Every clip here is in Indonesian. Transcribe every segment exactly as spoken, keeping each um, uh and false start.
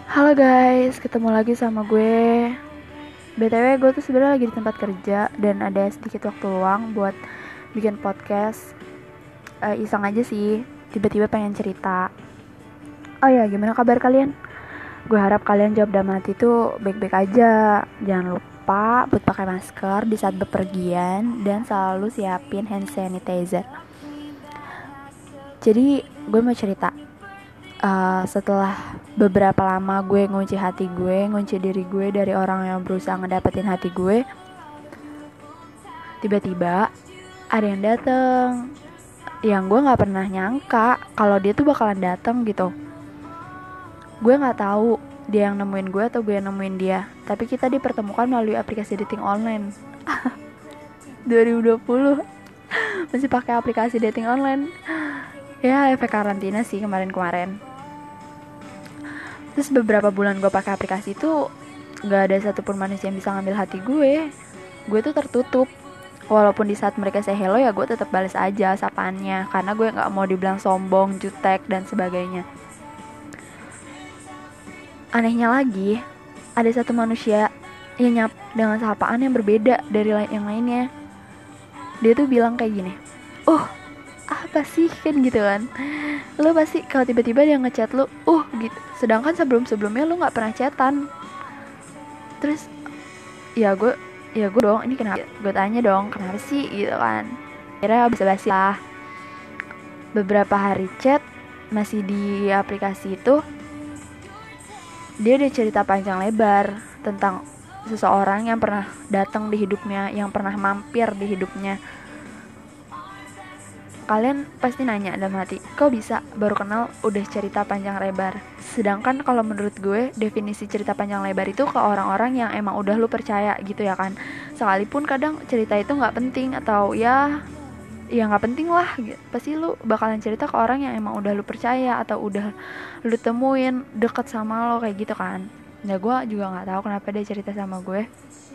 Halo guys, ketemu lagi sama gue. B T W gue tuh sebenarnya lagi di tempat kerja dan ada sedikit waktu luang buat bikin podcast. uh, Iseng aja sih, tiba-tiba pengen cerita. Oh ya, gimana kabar kalian? Gue harap kalian jawab dalam hati tuh baik-baik aja. Jangan lupa buat pakai masker di saat bepergian dan selalu siapin hand sanitizer. Jadi gue mau cerita. Uh, setelah beberapa lama gue ngunci hati gue, ngunci diri gue dari orang yang berusaha ngedapetin hati gue, tiba-tiba ada yang dateng, yang gue nggak pernah nyangka kalau dia tuh bakalan dateng gitu. Gue nggak tahu dia yang nemuin gue atau gue yang nemuin dia, tapi kita dipertemukan melalui aplikasi dating online. dua ribu dua puluh masih pakai aplikasi dating online. Ya efek karantina sih kemarin-kemarin. Terus beberapa bulan gue pakai aplikasi itu gak ada satupun manusia yang bisa ngambil hati gue. Gue tuh tertutup. Walaupun di saat mereka say hello ya gue tetap balas aja sapaannya, karena gue gak mau dibilang sombong, jutek, dan sebagainya. Anehnya lagi, ada satu manusia yang nyap dengan sapaan yang berbeda dari yang lainnya. Dia tuh bilang kayak gini, "Oh, apa sih?" kan gitu kan. Lo pasti kalau tiba-tiba dia ngechat lo, uh gitu. Sedangkan sebelum-sebelumnya lo nggak pernah chatan. Terus ya gue, ya gue dong, ini kenapa? Gue tanya dong, kenapa sih gitu kan. Akhirnya basa-basi lah. Beberapa hari chat masih di aplikasi itu, dia udah cerita panjang lebar tentang seseorang yang pernah datang di hidupnya, yang pernah mampir di hidupnya. Kalian pasti nanya dalam hati, kok bisa baru kenal udah cerita panjang lebar? Sedangkan kalau menurut gue, definisi cerita panjang lebar itu ke orang-orang yang emang udah lu percaya gitu ya kan. Sekalipun kadang cerita itu gak penting atau ya ya gak penting lah gitu. Pasti lu bakalan cerita ke orang yang emang udah lu percaya atau udah lu temuin deket sama lo kayak gitu kan. Nah gue juga gak tahu kenapa dia cerita sama gue.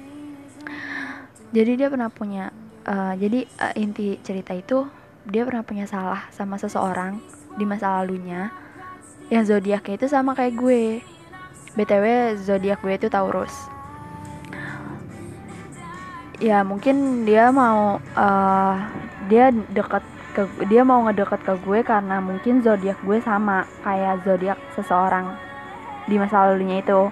Jadi dia pernah punya uh, Jadi uh, inti cerita itu, dia pernah punya salah sama seseorang di masa lalunya yang zodiaknya itu sama kayak gue. B T W zodiak gue itu Taurus. Ya mungkin dia mau uh, dia deket ke dia mau ngedeket ke gue karena mungkin zodiak gue sama kayak zodiak seseorang di masa lalunya itu.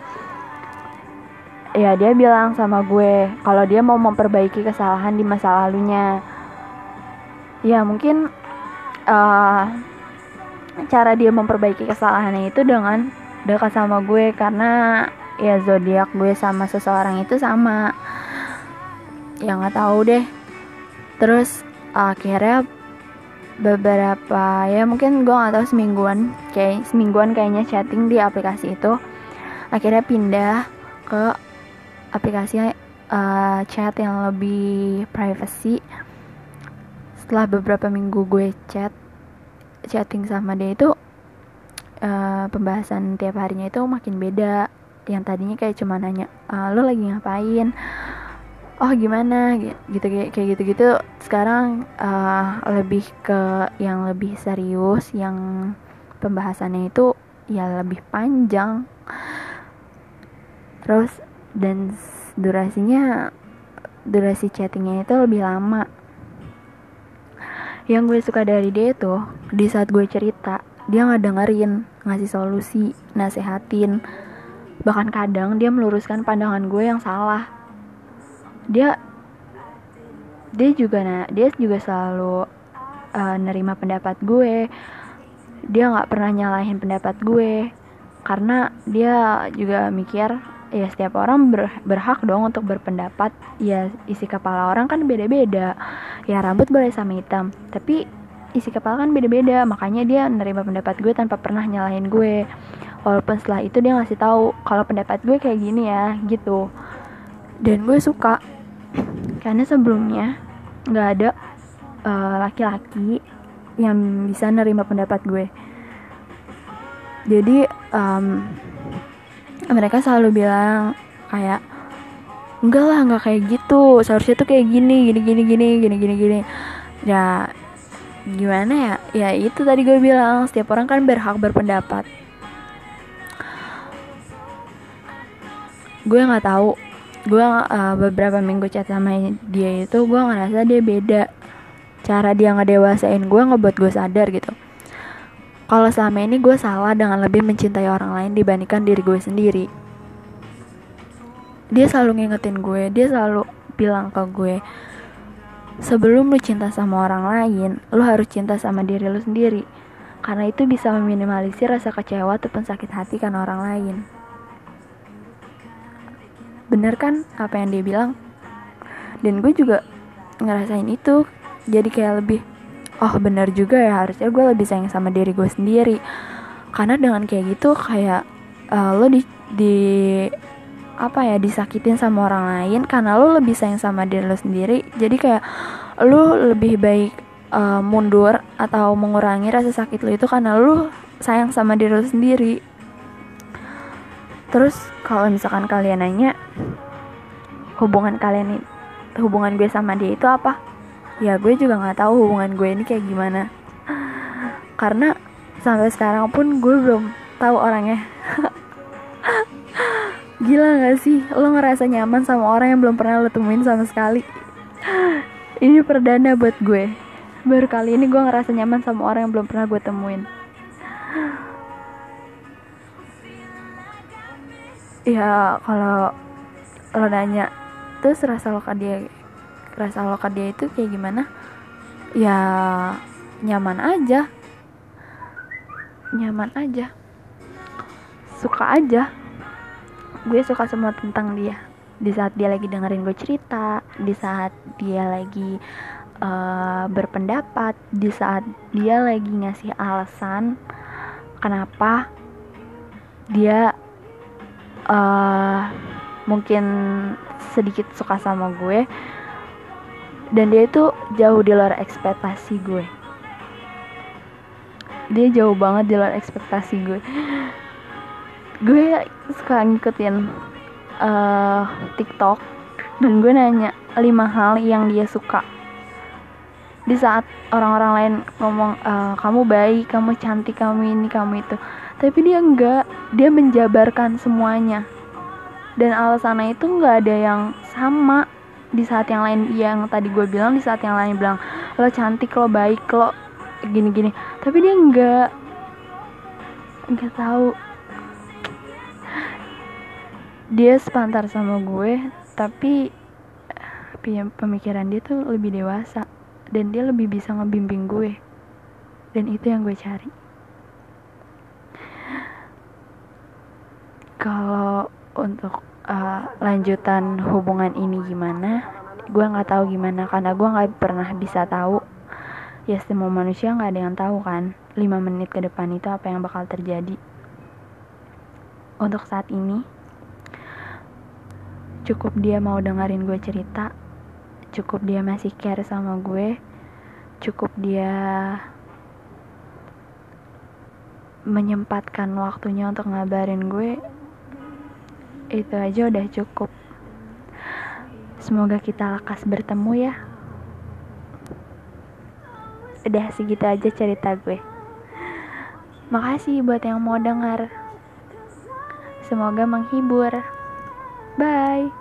Ya dia bilang sama gue kalau dia mau memperbaiki kesalahan di masa lalunya. Ya mungkin uh, cara dia memperbaiki kesalahannya itu dengan dekat sama gue, karena ya zodiak gue sama seseorang itu sama. Ya nggak tahu deh. Terus akhirnya beberapa ya mungkin gue nggak tahu semingguan kayak semingguan kayaknya chatting di aplikasi itu. Akhirnya pindah ke aplikasi uh, chat yang lebih privacy. Setelah beberapa minggu gue chat chatting sama dia itu, uh, pembahasan tiap harinya itu makin beda. Yang tadinya kayak cuma nanya, uh, lo lagi ngapain, oh gimana gitu kayak kayak gitu-gitu. Sekarang uh, lebih ke yang lebih serius, yang pembahasannya itu ya lebih panjang. Terus dan durasinya durasi chattingnya itu lebih lama. Yang gue suka dari dia itu, di saat gue cerita, dia ngedengerin, ngasih solusi, nasehatin. Bahkan kadang dia meluruskan pandangan gue yang salah. Dia dia juga nah, dia juga selalu uh, nerima pendapat gue. Dia nggak pernah nyalahin pendapat gue, karena dia juga mikir ya setiap orang ber, berhak dong untuk berpendapat. Ya isi kepala orang kan beda-beda. Ya rambut boleh sama hitam, tapi isi kepala kan beda-beda. Makanya dia nerima pendapat gue tanpa pernah nyalahin gue. Walaupun setelah itu dia ngasih tahu kalau pendapat gue kayak gini ya gitu. Dan gue suka karena sebelumnya nggak ada uh, laki-laki yang bisa nerima pendapat gue. Jadi um, mereka selalu bilang kayak, enggak lah, enggak kayak gitu, seharusnya tuh kayak gini, gini gini gini gini gini gini. Ya gimana ya? Ya itu tadi gue bilang, setiap orang kan berhak berpendapat. gue nggak tahu, gue uh, beberapa minggu chat sama dia itu gue ngerasa dia beda. Cara dia ngedewasain gue ngebuat gue sadar gitu kalau selama ini gue salah dengan lebih mencintai orang lain dibandingkan diri gue sendiri. Dia selalu ngingetin gue, dia selalu bilang ke gue, sebelum lu cinta sama orang lain, lu harus cinta sama diri lu sendiri, karena itu bisa meminimalisir rasa kecewa ataupun sakit hati karena orang lain. Bener kan apa yang dia bilang? Dan gue juga ngerasain itu, jadi kayak lebih, oh bener juga ya, harusnya gue lebih sayang sama diri gue sendiri. Karena dengan kayak gitu kayak uh, lo di, di apa ya disakitin sama orang lain karena lo lebih sayang sama diri lo sendiri. Jadi kayak lo lebih baik uh, mundur atau mengurangi rasa sakit lo itu karena lo sayang sama diri lo sendiri. Terus kalau misalkan kalian nanya hubungan kalian hubungan gue sama dia itu apa? Ya gue juga nggak tahu hubungan gue ini kayak gimana. Karena sampai sekarang pun gue belum tahu orangnya. Gila gak sih? Lo ngerasa nyaman sama orang yang belum pernah lo temuin sama sekali. Ini perdana buat gue. Baru kali ini gue ngerasa nyaman sama orang yang belum pernah gue temuin. Ya kalau lo nanya, terus rasa lo ke dia Rasa lo ke dia itu kayak gimana? Ya nyaman aja. Nyaman aja. Suka aja. Gue suka semua tentang dia. Di saat dia lagi dengerin gue cerita, di saat dia lagi uh, berpendapat, di saat dia lagi ngasih alasan kenapa dia uh, mungkin sedikit suka sama gue. Dan dia itu jauh di luar ekspektasi gue. Dia jauh banget di luar ekspektasi gue. Gue suka ngikutin uh, TikTok dan gue nanya lima hal yang dia suka. Di saat orang-orang lain ngomong uh, kamu baik, kamu cantik, kamu ini, kamu itu, tapi dia enggak. Dia menjabarkan semuanya. Dan alasannya itu enggak ada yang sama. Di saat yang lain, yang tadi gue bilang, di saat yang lain bilang lo cantik, lo baik, lo gini-gini, tapi dia enggak enggak tahu. Dia sepantar sama gue, tapi pemikiran dia tuh lebih dewasa dan dia lebih bisa ngebimbing gue. Dan itu yang gue cari. Kalau untuk uh, lanjutan hubungan ini gimana, gue nggak tahu gimana, karena gue nggak pernah bisa tahu. Ya semua manusia nggak ada yang tahu kan lima menit ke depan itu apa yang bakal terjadi. Untuk saat ini cukup dia mau dengerin gue cerita, cukup dia masih care sama gue, cukup dia menyempatkan waktunya untuk ngabarin gue, itu aja udah cukup. Semoga kita lekas bertemu ya. Udah segitu aja cerita gue. Makasih buat yang mau dengar. Semoga menghibur. Bye.